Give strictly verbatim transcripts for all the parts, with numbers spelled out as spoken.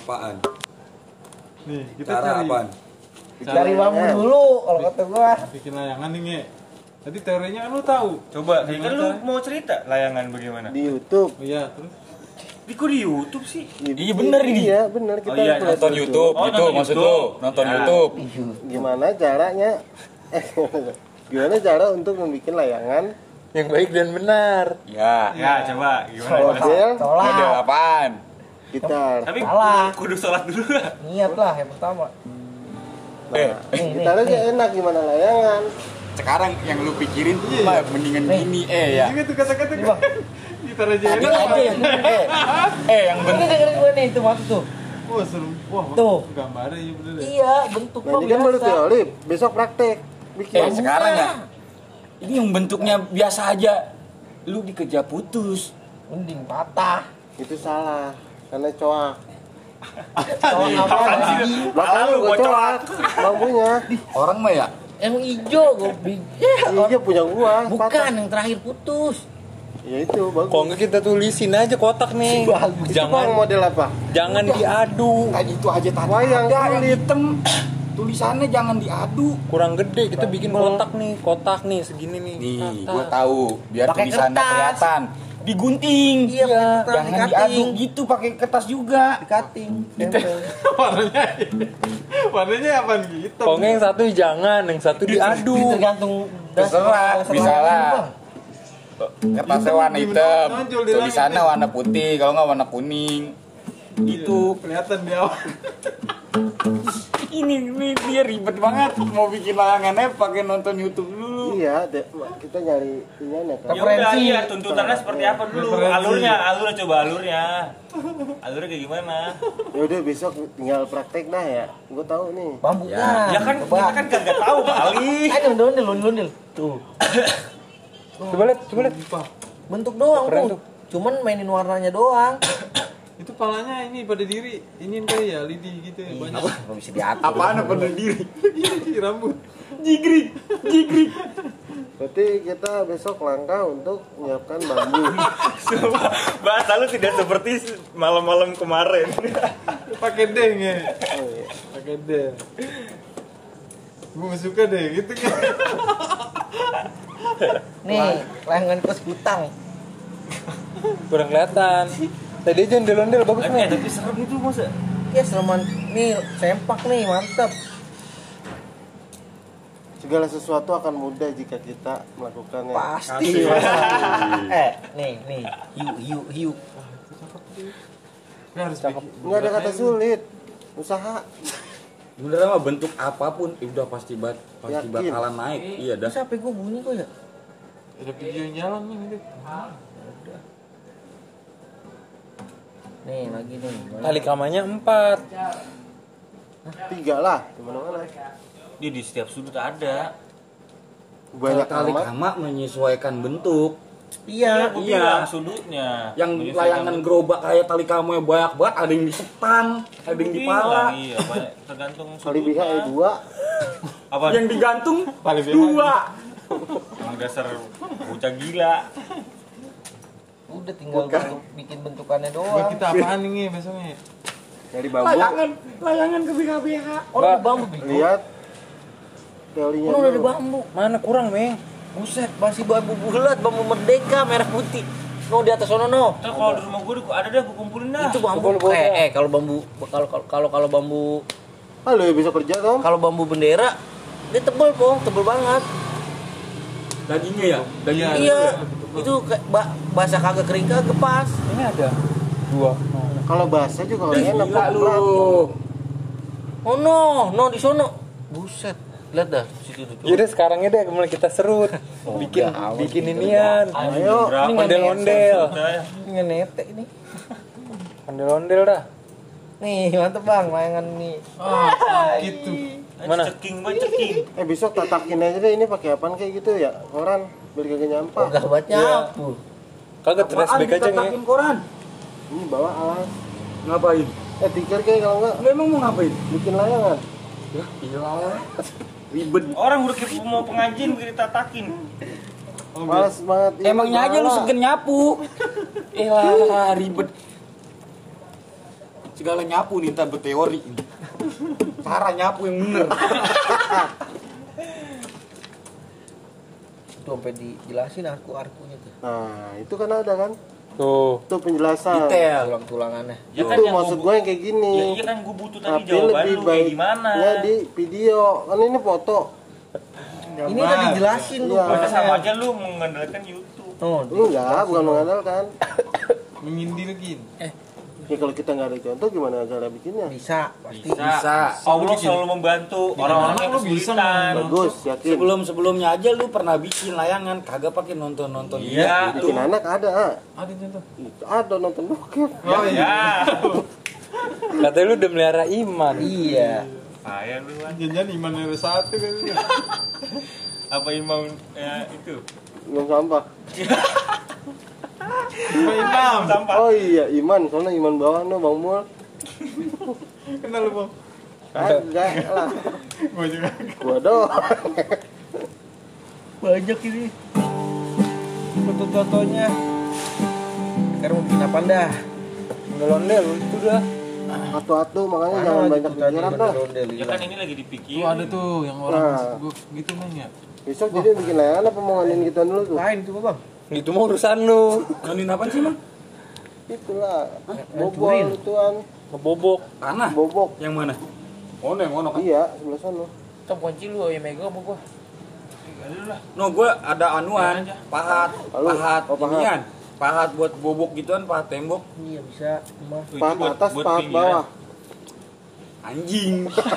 Apaan? Nih, kita Cara cari apaan? Cari bambu dulu kalau kata gua. bikin layangan nih, Nge. Tadi teorinya kan lu tahu. Coba, kan Gimana lu caranya? mau cerita layangan bagaimana? Di YouTube. Oh, iya, terus Di kok di YouTube sih? Iya, bener ini. Iya bener kita Oh, iya, harus Nonton lihat YouTube Oh, gitu nonton maksud YouTube. lu. Nonton Ya. YouTube. Gimana caranya? Gimana cara untuk membuat layangan Yang baik dan benar. Ya. Ya, coba gimana? model Model Sholat. apaan? gitar. Tapi Salah. kudu sholat dulu lah. Niat lah yang pertama. Eh, Nih, nih, Gitar aja nih. enak gimana layangan. sekarang yang lu pikirin Iya, mah iya. mendingan Nih. gini eh ya. juga tuh kata-kata Nih, Bang. gitar aja Tadi enak. aja yang eh eh yang Ini bener. dengerin gue nih, itu matu tuh. Wah, seru. Wah, Tuh. gambarnya ya bener ya. Iya, bentuk Nah lo ini kan baru biasa. teori, besok praktek. Bikin. Eh sekarang ya. Ini yang bentuknya biasa aja. Lu dikejar putus. Mending patah. Itu salah, karena coak. Kalau apa lagi? Makanya lu gua gua coak bambunya. Orang mah ya. Yang hijau gue Iya punya gua. Bukan patah. yang terakhir putus. Ya itu bagus. Kok enggak kita tulisin aja kotak nih. Itu bang Jangan model apa? jangan diadu. Kayak gitu aja tadi. Wayang Ada yang kulit. hitam. Tulisannya jangan diadu. Kurang gede kita bikin kotak nih, kotak nih segini nih. Nih, Rata. gua tahu biar Pakai tulisannya kertas. kelihatan. Digunting. Iya, pakai kertas, Jangan dikating. diadu gitu pakai kertas juga. Cutting. Tempel. Warnanya. Warnanya apaan gitu? Kok enggak yang satu jangan, yang satu diadu. Tergantung Terserah, dasar bisa layangan, lah. Bang. Kertasnya Hitam, warna di hitam, nonjol di tulisannya langit. warna putih, kalau nggak warna kuning. Gitu. Kelihatan di awal. Ini, ini dia ribet banget mau bikin layangannya pakai nonton YouTube dulu. Iya, de- kita nyari ininya kan. Ya udah, Referensi. iya tuntutannya seperti apa dulu? Referensi. Alurnya, alurnya coba alurnya. Alurnya kayak gimana? Ya udah besok tinggal praktek dah ya. Gua tahu nih. Bambunya. Ya kan kita kan kagak tahu kali. Ayo ondel ondel ondel. Tuh. Coba lihat, coba lihat. Bentuk doang Keren tuh. Cuman mainin warnanya doang. Itu palanya ini pada diri. Ini kali ya lidi gitu ya banyak. Nggak bisa diatur. Apaan apa diri? Ini rambut. Jigrik, jigrik. Berarti kita besok langkah untuk menyiapkan bambu. Coba bahasa lu tidak seperti malam-malam kemarin. Pakai deng ya. Pakai deng. Gue suka deh gitu kan. Nih, layangan kos kutang. Kurang kelihatan. Tadi aja ondel-ondel bagus Tapi, nih. tapi serem itu masa. Ya selaman nih sempak nih mantap. Segala sesuatu akan mudah jika kita melakukannya. Pasti. eh, nih nih hiu hiu hiu. Ini harus bikin. Nggak ada kata sulit. Usaha. Beneran mah bentuk apapun eh, udah pasti bat, pasti Yakin. bakalan naik. Iya dah. Terus H P gue bunyi kok ya? Ada video yang jalan nih gitu. Nih lagi nih. Tali kamanya empat. Tiga lah. Gimana mana? Dia di setiap sudut ada. Banyak Tali amat. kama menyesuaikan bentuk. Iya. Aku Iya. bilang sudutnya. Yang Menyesuaikan layangan bentuk. gerobak kayak tali kamu yang banyak banget, ada yang di sepan, ada yang di Bilang, pala. Iya, banyak tergantung Kali bisa E sudutnya. dua. Apa? Yang digantung Paling dua. Emang dasar bocah gila. Udah tinggal Bukan. bentuk, bikin bentukannya Buat doang. kita apaan nih besoknya? Dari bambu. Layangan, layangan ke B K B H. Oh, ada bambu bigo. Lihat teorinya. Oh, udah ada dulu. bambu. Mana kurang, Meng? Buset, masih bambu bulat, bambu merdeka merah putih. No di atas sono no. Ntar kalau di rumah gue ada dah, gue kumpulin dah. Itu bambu. Eh, eh kalau bambu kalau kalau kalau kalau bambu Halo ya bisa kerja Tom. kalau bambu bendera dia tebel, Pong, tebel banget. Dagingnya ya? Dagingnya. Iya. Itu kayak ba- basah kagak kering kagak pas. Ini ada dua. Kalau bahasa juga kalau enak Gila Pak, lu. berat. Oh no, no di sono. Buset. Lihat dah situ tuh. Jadi sekarangnya deh mulai kita serut. bikin udah, awas, bikin kita inian. Ayo. Berapa Ini Ondel-ondel. Ini nete ini. Ondel-ondel dah. Nih, mantep Bang, layangan nih. Gitu. Mana? Ceking banget ceking. Eh besok tatakin aja deh ini pakai apaan kayak gitu ya koran biar kagak nyampah. Enggak buat nyapu. Kagak flashback aja nih. Ditatakin koran. Ini bawa alas. Ngapain? Eh tikar kayak kalau enggak Lu emang mau ngapain? bikin layangan. Ya, iya. Ribet. Orang udah kayak mau pengajian bikin ditatakin. Males banget. Ini Emangnya aja lu bawa. segen nyapu. Eh lah, ribet. segala nyapu nih ntar berteori ini. Cara nyapu yang bener. Itu sampai dijelasin arku-arkunya tuh. Nah, itu kan ada kan? Tuh. Itu penjelasan. Detail. Tulang-tulangannya. Ya Itu kan yang maksud gua- gue yang kayak gini. Ya iya kan gue butuh tadi Tapi jawaban lebih lu kayak baik gimana. ya di video. Kan ini foto. Ini udah dijelasin tuh. Iya. Maka sama aja lu mengandalkan YouTube. Oh, Enggak, bukan mengandalkan. Menyindirkin. Ya kalau kita nggak ada contoh gimana cara bikinnya? bisa pasti. Bisa. Allah selalu membantu orang-orang yang Lu bisa, kesulitan. Bagus, yakin. Sebelum sebelumnya aja lu pernah bikin layangan, kagak pakai nonton nonton. Iya. Bikin anak ada, ah. Ada contoh. Itu ada nonton bokep. Oh iya. Ya. Katanya lu udah melihara iman. Iya. Sayang lu kan. Jangan iman nomor satu kan. Apa imam ya itu? Imam sampah. Imam. Sampah. Oh iya, Iman. Soalnya Iman bawah no, Bang Mul. Kenal lu, Bang? Kagak lah. Gua juga. Gua doang. Banyak ini. Foto-fotonya. Sekarang mau bikin apa dah? Ondel-ondel itu dah. Atu-atu, makanya jangan banyak pikiran dah. Ya kan ini lagi dipikirin. Tuh ada tuh yang orang Nah. gua gitu nanya. Besok jadi bikin layangan apa mau nganin kita dulu tuh? Lain tuh bang. Itu mah urusan lu. Nganin apa sih, Mang? Itulah. Hancurin. Bobol ituan. Ngebobok. Tanah. Bobok. Yang mana? Oh, yang ono kan. Iya, sebelah sana. Tom kunci lu yang megang sama gua. No, gue ada anuan, pahat, Halo. pahat, Oh, pahat. inian. Pahat buat bobok gituan, pahat tembok. Iya bisa. Mah. Tuh, itu Pahat buat- atas, buat pahat pinggiran. bawah. Anjing.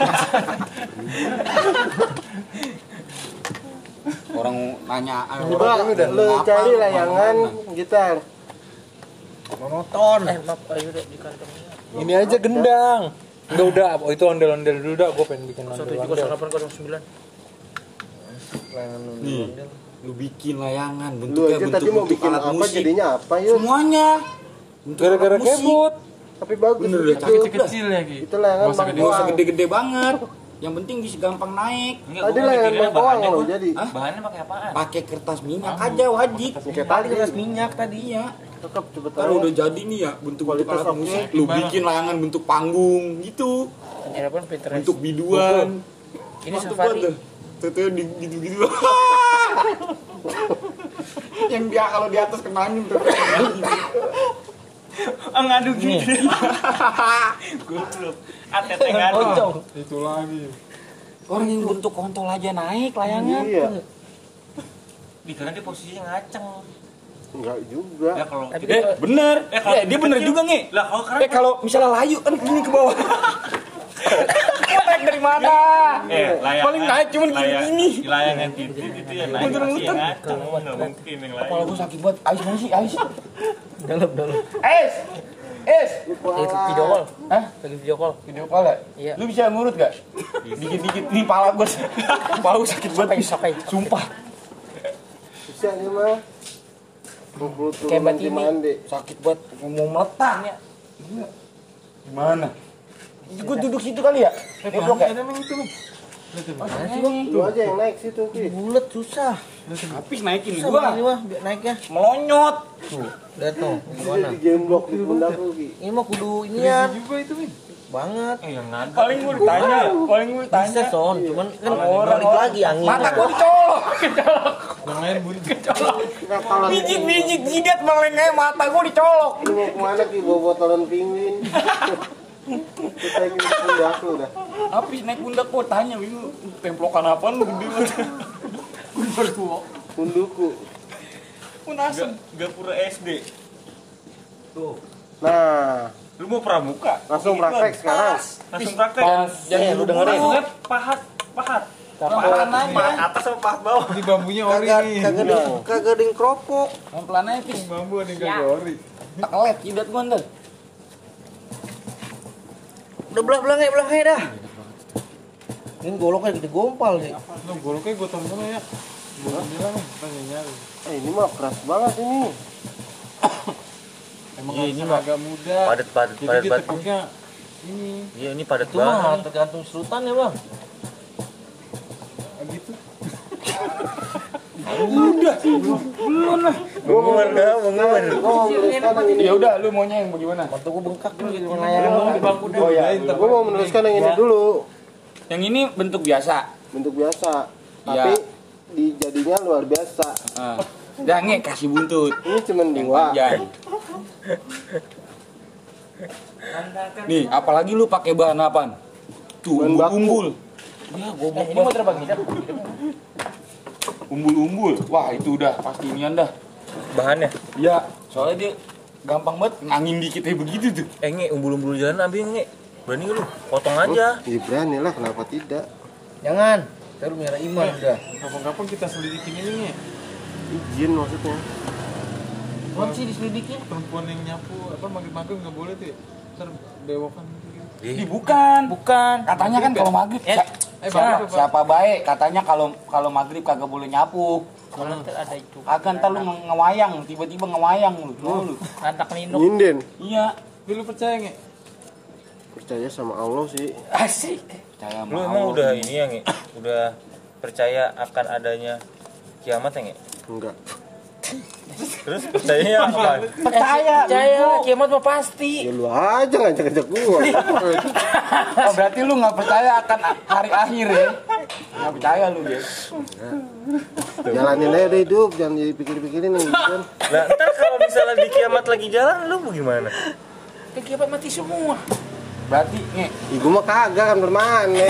Orang nanya, ah, Coba orang udah lu ngapa, cari mana, layangan mana. gitar. Monoton. Eh maaf, ayo udah di kantongnya. Ini aja gendang. Enggak udah, oh, itu ondel-ondel dulu dah. Gue pengen bikin satu tujuh nol ondel-ondel. delapan nol sembilan. Layangan Nih, ondel. lu bikin layangan, Lu bentuknya aja bentuk, tadi mau bentuk bikin alat apa musik. jadinya apa yuk? Semuanya. Bentuk Gara-gara alat musik. kebut. Tapi bagus Bener itu. deh, Kecil-kecil ya Ki. Itu layangan Nggak usah bang gede. Gak usah Boang. gede-gede banget. Yang penting bisa gampang naik. Enggak, Tadi gua layangan mikirinnya bang Boang bahannya loh gua- jadi. Hah? Bahannya pakai apaan? Pakai kertas minyak aja wajib. Kayak Tadi tadi. keras minyak tadi. Iya. Tetap cepet Kalau aja. udah jadi nih ya bentuk bentuk Kualitas alat oke. musik, lu Gimana? bikin layangan bentuk panggung gitu, Telepon Pinterest. bentuk biduan. Ini Mantep safari. banget dah. Tuh di gitu-gitu. Yang dia kalau di atas kena angin tuh. Ah ngadu gitu. Goblok. Atete ngadu. Pocong. Itu lagi. Orang yang bentuk kontol aja naik layangan. Iya. Dikira dia posisinya ngaceng. Enggak juga. Ya kalau Tapi Eh, bener. Eh, kalau Eh, dia bener kecil- juga nih. Lah kalau keren. Eh, kalau misalnya layu kan gini ke bawah. Mau naik dari mana? eh layangan. Paling naik cuman layang- gini-gini. Layangan titit itu ya naik Muter-muter. pasti yang ngaceng. Enggak mungkin yang lain. Kepala gue sakit banget. Ais mana sih? Ais. dalam dalam. Ais. Ais. Itu video call. Hah? Lagi video call. Video call ya? Iya. Lu bisa ngurut gak? Dikit-dikit nih pala gue. Pala gue sakit banget. Sokai, sokai. Sumpah. Bisa nih mah. Bubur turun Kayak nanti Batimi. mandi. Sakit banget. Mau meletak ya. Gimana? Gue duduk situ kali ya? Neblok ya? Ada emang itu Bang. Lu aja yang naik situ Ki. Bulat susah. Habis naikin Susah gua. ini mah biar naiknya. Melonyot. Lihat tuh. Itu Gimana? di gemblok di pundak lu Ki. Ini mah kudu inian Juga itu Min. banget. Eh yang ngadu. Paling gue ditanya. Paling gue Bisa ditanya. son, cuman kan Orang balik lagi angin. Mata gue dicolok. Yang lain bunyi. Nah, kalau Bijit-bijit jidat melengah mata gue dicolok. lu mau kemana Ki? Bawa botolan pingwin. Kita ingin pundak lu dah. Habis naik pundak gue tanya, "Lu templokan apaan lu gede banget?" Gue bertua. Punduku. Pun asem. Gapura S D. Nah, Lu mau pramuka? langsung praktek sekarang. Langsung praktek. Jangan lu dengerin. Ingat pahat, pahat. Pelan Pahat aja. atas sama pahat bawah. Ini bambunya ori Kagak nih. kagak ada kagak ada yang keropok. Pelan aja, Pis. Bambu ada yang kagak ori. Tak kelet jidat gue ntar. Udah belah-belah kayak belah kayak dah. Ini goloknya gede gompal nih. Lu goloknya gua taruh mana ya? Gua bilang nih, tanya nyari. Eh, ini mah keras banget ini. Emang Iya, ini ini mah agak muda. padat, padat, Jadi padat, dia padat. tepungnya ini. Iya ini padat Itu mah banget. tergantung serutan ya bang. Ah, gitu. Udah, belum lah. Bengumar dah, bengumar. Gua mau meneruskan yang ini. Ya udah, lu maunya yang bagaimana? Waktu gua bengkak dulu gitu layang di bangku dah. Oh ya, Gua mau meneruskan yang ini dulu. yang ini bentuk biasa. Bentuk biasa. Iya. Tapi dijadinya luar biasa. Ah. Dah nge kasih buntut. Ini cuma dua. Panjang. Nih, apalagi lu pakai bahan apaan? Tuh, Bahan baku. umbul-umbul. Ya goblok. Ini mau terbang kita. Umbul-umbul. Wah, itu udah pasti inian dah. Bahannya. Ya, soalnya dia gampang banget angin dikit kayak begitu tuh. Eh nge, umbul-umbul jalan ambil nge. Berani nggak lu? Potong aja. Ya berani lah, kenapa tidak? Jangan. Terus merah iman udah. Kapan-kapan kita selidikin ini nih. Izin maksudnya. Belum sih diselidikin. Perempuan yang nyapu apa maghrib-maghrib nggak boleh tuh ya. Ntar bewokan gitu. Ih, bukan. Bukan. Katanya kan kalau maghrib Eh, si- eh, siapa, Pak. siapa baik katanya kalau kalau maghrib kagak boleh nyapu. Kalau ntar ada itu. Akan ntar lu nge- ngewayang, tiba-tiba ngewayang lu. Mau lu. Rantak ninduk. Nyinden. Iya. Tapi lu percaya nggak? Percaya sama Allah sih. Asik. Percaya sama Lu emang Allah. udah ini ya nge? Udah percaya akan adanya kiamat ya nge? Enggak. Terus percayanya apa? percaya. Percaya lu. lah, kiamat mah pasti. Ya lu aja ngajak-ngajak gua. Oh, berarti lu nggak percaya akan a- hari akhir ya? Nggak percaya lu dia. Jalanin aja udah hidup, jangan jadi pikir-pikirin yang gitu kan. Nah ntar kalau misalnya di kiamat lagi jalan, lu mau gimana? Ke kiamat mati semua. Berarti nge, Ih, gua mah kagak kan bermane.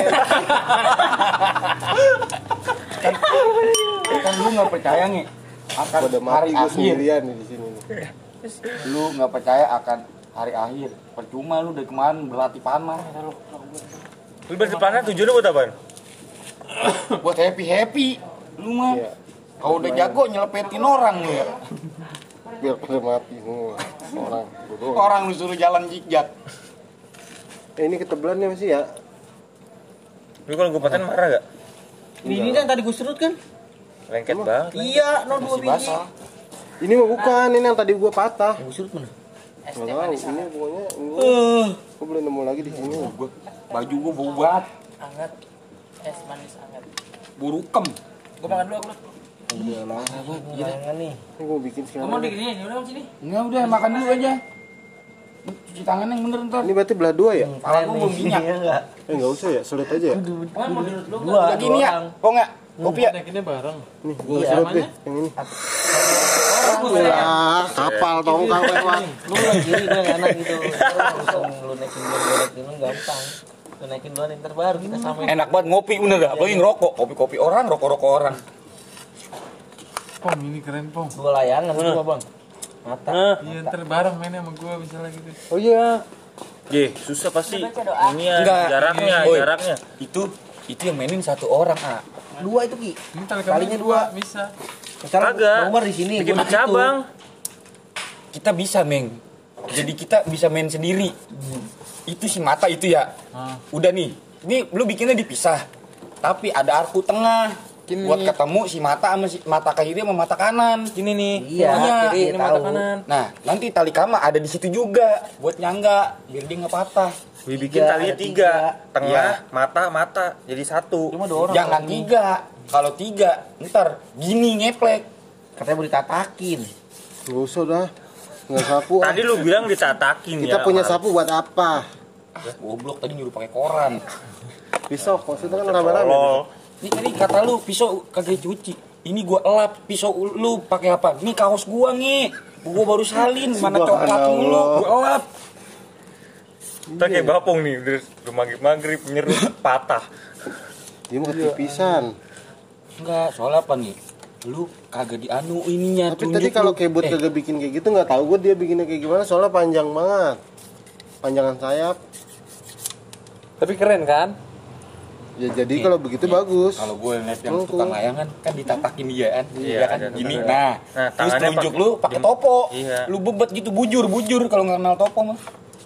kan lu nggak percaya nge akan Gua udah hari mati gua akhir. sendirian nih di sini nih. Lu nggak percaya akan hari akhir. Percuma lu dari kemarin berlatih panah. Lu berdepannya tujuannya buat apaan? Buat happy happy. Lu mah. Iya. Kalau udah jago nyelepetin orang lu ya. Biar pada mati semua orang. bodoh. Orang lu suruh jalan zigzag. Eh, ini ketebelannya masih ya? Lu kalau gue paten marah gak? Ini ini yang tadi gue serut kan? Lengket banget. Iya, no dua Masih biji. basah. Ini mah bukan, ini yang tadi gua patah. Gue serut mana? Nggak tahu, ini pokoknya ini Eh, gua boleh nemu lagi di sini. Gua, baju gua bau banget. anget. Es manis anget. Burukem. Gue makan dulu aku. Udah lah, Jangan nih. ini gua bikin Kamu mau sekarang. diginiin, udah kamu sini. Enggak udah makan dulu aja. Cuci tangan yang bener ntar. Ini berarti belah dua ya? Pala gua belum minyak. enggak. Eh nggak usah ya, sulit aja ya. Kamu mau dirut dulu Udah enggak? gini ya? Kok enggak? Kopi ya? Naikinnya bareng. Nih, gua Iya, sulit namanya? deh yang ini. Lah, kapal tongkang lewat. Lu lagi kiri gue nggak enak gitu. Langsung lu naikin dulu, gue naikin lu gampang. Lu naikin duluan ntar baru kita samain. Enak banget ngopi bener dah. Apalagi ngerokok. Kopi-kopi orang, rokok-rokok orang. Pom ini keren pom. Dua layangan semua bang. Mata. Iya ntar bareng mainnya sama gua bisa lagi tuh. Oh iya. Ye, susah pasti. Ini ya Enggak. jaraknya, Boy. jaraknya. Itu itu yang mainin satu orang, ah. Dua itu Ki. Ini tali Kalinya dua. bisa. Sekarang Kagak. Umar di sini. Bikin gua di situ. bercabang. Kita bisa, Meng. Jadi kita bisa main sendiri. Itu si mata itu ya. Ah. Udah nih. Ini lu bikinnya dipisah. Tapi ada arku tengah. Gini. Buat ketemu si mata sama si mata kiri sama mata kanan. Gini nih. Iya, Pokoknya. kiri ini mata tahu. kanan. Nah, nanti tali kama ada di situ juga buat nyangga biar dia nggak patah. Wih, bikin Tiga, talinya ada tiga. tiga. Tengah, Iya. mata, mata. Jadi satu. Cuma dua orang. Jangan tiga. Kalau tiga, ntar gini ngeplek. Katanya mau ditatakin. Nggak usah dah. Nggak sapu. ah. Tadi lu bilang ditatakin Kita ya. punya Mar. sapu buat apa? Ah, goblok tadi nyuruh pakai koran. Pisau, maksudnya kan rame-rame. Tolol. Ini tadi kata lu pisau kagak cuci. Ini gua elap pisau lu pakai apa? Ini kaos gua nih. Gua baru salin mana coklat Subhanallah. mulu. Gua elap. Ntar kayak bapong nih, udah udah maghrib-maghrib nyerut patah. Dia mau ketipisan. Enggak, soalnya apa nih? Lu kagak dianu ininya. Tapi tunjuk tadi kalau lu. kebot Eh, kagak bikin kayak gitu nggak tahu gue dia bikinnya kayak gimana soalnya panjang banget. Panjangan sayap. Tapi keren kan? Ya jadi kalau begitu bagus. Kalau gue lihat yang Oh, tukang cool. layangan kan ditatakin dia kan. Iya, Iya kan ada gini. tangannya. Nah, Nah, terus tangannya tunjuk pakai- lu pakai di- topo. Iya. Lu bebet gitu bujur, bujur kalau nggak kenal topo mah.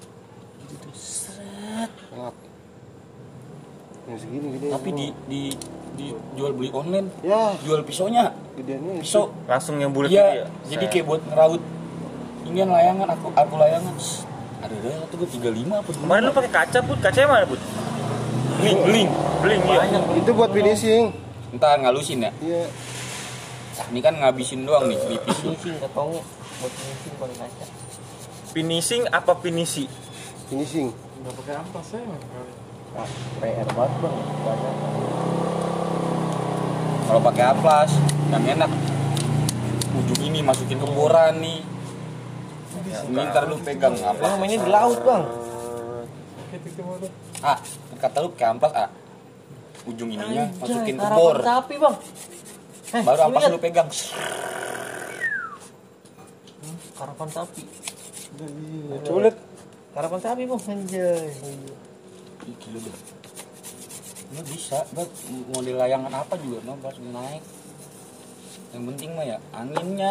Lap. Yang segini gini. Tapi di di di jual beli online, ya jual pisaunya, gedeannya itu. pisau. Langsung yang bulat Iya, gitu ya. jadi Set. kayak buat ngeraut. Inian layangan aku aku layangan. Ada ada satu gue tiga puluh lima apa Kemarin lu pakai kaca, Bud. Kacanya mana, Bud? bling bling. Bling ya. Itu buat finishing. Entar ngalusin ya. Iya. Ini kan ngabisin doang nih, pipis. Finishing ketongnya buat finishing pakai kaca. Finishing apa finisi? Finishing. Nggak pakai ampas saya. Ah, P R banget bang. Banyak. Kalau pakai amplas, yang enak ujung ini masukin ke boran nih. Ini ntar lu pegang Apa apa? namanya di laut bang? Ah, kata lu kayak amplas ah. Ujung ininya masukin ke Karapan bor. sapi bang. Eh, Baru lu amplas lihat. lu pegang. Karapan sapi. Coba lihat. Karapan sapi bang. Anjay. Ih, gila deh. Ini bisa, buat model layangan apa juga no, pas naik. Yang penting mah ya anginnya.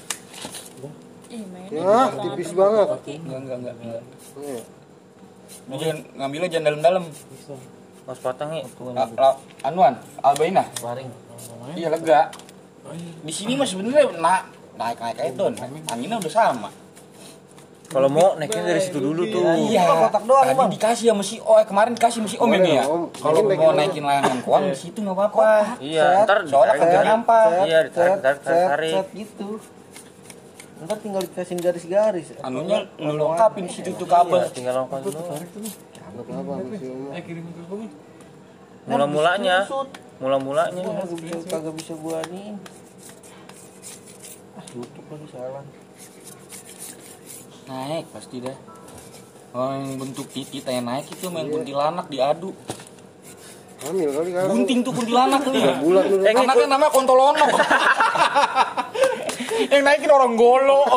Ya, tipis banget. Enggak enggak enggak. enggak. Iya. Lu jangan ngambilnya jangan dalam-dalam. Mas patang ya. La- la- Anuan, Albaina. Waring. Iya lega. Di sini mah sebenarnya na naik naik aja tuh. Anginnya udah sama. Kalau mau naiknya dari situ dulu tuh. Iya. kotak doang, Tadi Bang. dikasih sama si Oh, eh, kemarin dikasih sama si Om Kemarin ini ya. Om. Kalau Mungkin mau naikin naikin layangan kuang di situ enggak apa-apa. Iya, ntar Soalnya ditarik, kagak tarik. nyampah. Iya, ditarik, tarik, tarik, tarik. Set gitu. Ntar tinggal dikasihin garis-garis. Anunya lu lengkapin di situ tuh kabel. Iya, tinggal longkang dulu. Nggak apa-apa masih Om. Eh kirimin ke gue. Mula-mulanya, mula-mulanya. Kagak bisa kagak bisa gua nih. Ah, tutup lagi salah. Naik pasti dah. Kalau yang bentuk titik yang naik itu main kuntilanak diadu. Hamil kali kan. Gunting tuh kuntilanak nih. Bulat dulu. Anaknya namanya kontolonok. Yang naikin orang golo.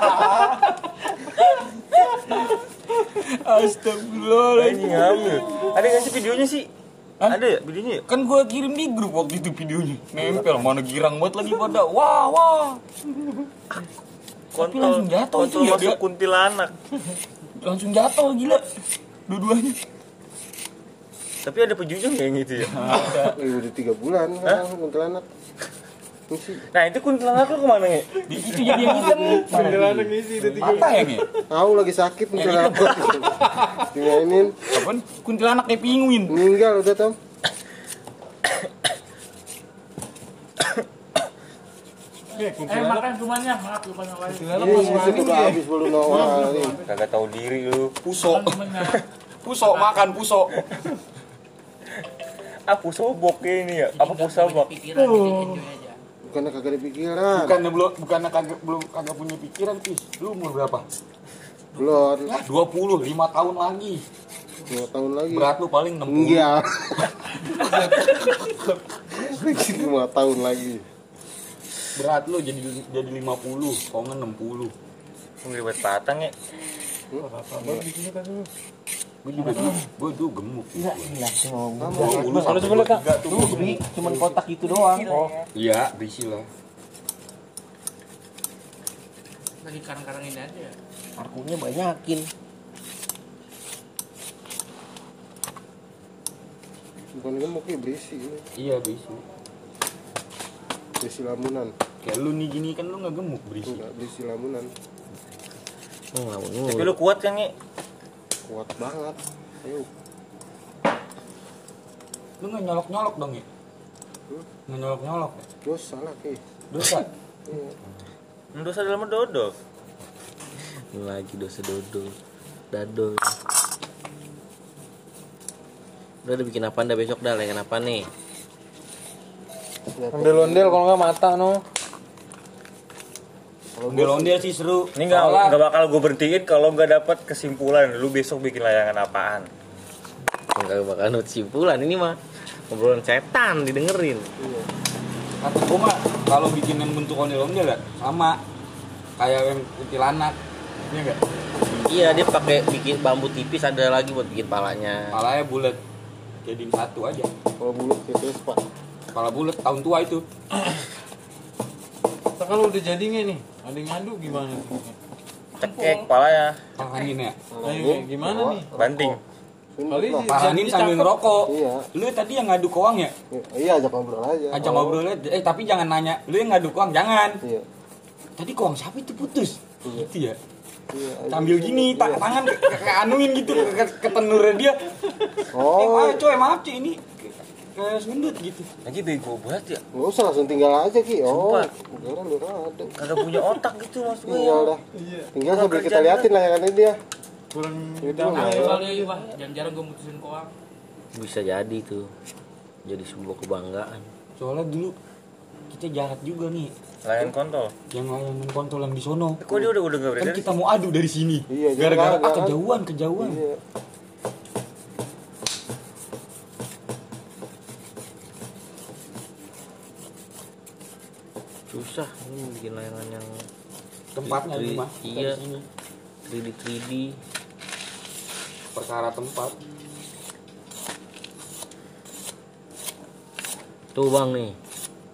Astagfirullahaladzim. Ini hamil. Ada nggak sih videonya sih? Ada ya videonya ya? Kan gue kirim di grup waktu itu videonya. Nempel mana girang banget lagi pada. Wah wah. Tapi langsung jatuh itu kontrol ya, masuk dia. kuntilanak. Langsung jatuh gila. Dua-duanya. Tapi ada pejujung yang gitu ya? Eh, udah tiga bulan sekarang kuntilanak. Misi. Nah itu kuntilanak lu kemana ya? Di itu jadi yang hitam. Kuntilanak ngisi udah tiga. Mata ya nih. Tahu lagi sakit kuntilanak. Dimainin. Apaan? Kuntilanak kayak pinguin. Meninggal udah Tom. Eh makan semuanya, maaf lupa nyalain. Ini musuh udah habis belum nawar nih. Kagak tahu diri lu. Puso. Puso makan puso. Ah pusobok ini ya? Apa pusobok? Bukannya kagak ada pikiran. Bukannya belum bukannya kagak belum kagak punya pikiran, Pis. Lu umur berapa? Belum. Ya, dua puluh, lima tahun lagi. Dua tahun lagi. Berat lu paling enam puluh. Enggak. Lima tahun lagi. Berat lu jadi jadi lima puluh, kalau enggak enam puluh. Ngeribet patang ya? Gue juga gue tuh gemuk. Enggak, enggak cuma Lu Kalau coba lihat, Kak. Tuh, Bi, cuman kotak gitu doang. Oh, Iya, berisi lah. Lagi karang-karangin aja ya. Arkunya banyakin. Bukan gemuk ya berisi. Iya, berisi. Berisi lamunan. Kayak lu nih gini kan lu enggak gemuk berisi. Enggak berisi lamunan. Oh, Tapi lu kuat kan ya? Kuat banget. Ayo. Lu enggak nyolok-nyolok dong ya? Enggak nyolok-nyolok ya? Dosa lah Ki. Dosa. Iya. Dosa dalam dodol. lagi dosa dodo. Dado. Udah ada bikin apaan dah besok dah, lengan apa nih? ondel-ondel kalau nggak mata no. Ondel-ondel sih seru. Ini nggak Soalnya- nggak bakal gue berhentiin kalau nggak dapat kesimpulan. Lu besok bikin layangan apaan? Enggak bakal ada kesimpulan ini mah. Ngobrolan setan didengerin. Kata gue mah kalau bikin yang bentuk ondel-ondel ya sama kayak yang kuntilanak. Iya enggak? Iya, dia pakai bikin bambu tipis, ada lagi buat bikin palanya. Palanya bulat. Jadiin satu aja. Kalau bulu gitu Pak. Kepala bulat tahun tua itu. Nah, kalau udah jadi nggak nih? Ada yang ngadu gimana tuh? Cekek kepalanya, Paranin ya. Ayo, gimana nih? banting. Kali Sundut lah. Paranin sambil ngerokok. Iya. Lu tadi yang ngadu koang ya? Iya ajak ngobrol aja. Ajak ngobrol aja. Eh tapi jangan nanya. Lu yang ngadu koang jangan. Iya. Tadi koang siapa itu putus? Iya. Gitu ya. Iya. ajak. Sambil gini ta- tangan ke, ke, ke anuin gitu ke, ke, ke tenurnya dia. Eh Oh. maaf coy, maaf cuy ini kayak sundut gitu. Lagi bego banget ya. Nggak usah langsung tinggal aja Ki. Oh, Sumpah. sekarang udah ada. Kagak punya otak gitu maksud gue. Tinggal dah. Iya. Tinggal sambil kita liatin layangannya dia. Kurang Itu damai. mah. Kali wah, jarang-jarang gue mutusin koang. Bisa jadi tuh. Jadi sebuah kebanggaan. Soalnya dulu kita jahat juga nih. Layan kontol. Yang layanan kontol yang di sono. Kok dia udah udah enggak Kan beredar? kita mau adu dari sini. Iya, Gara-gara jangan, ah, jangan. kejauhan, kejauhan. Iya. Susah ini bikin layangan yang Tempatnya Di- ini mah. iya. Di sini. tiga D tiga D. Perkara tempat. Tuh bang nih,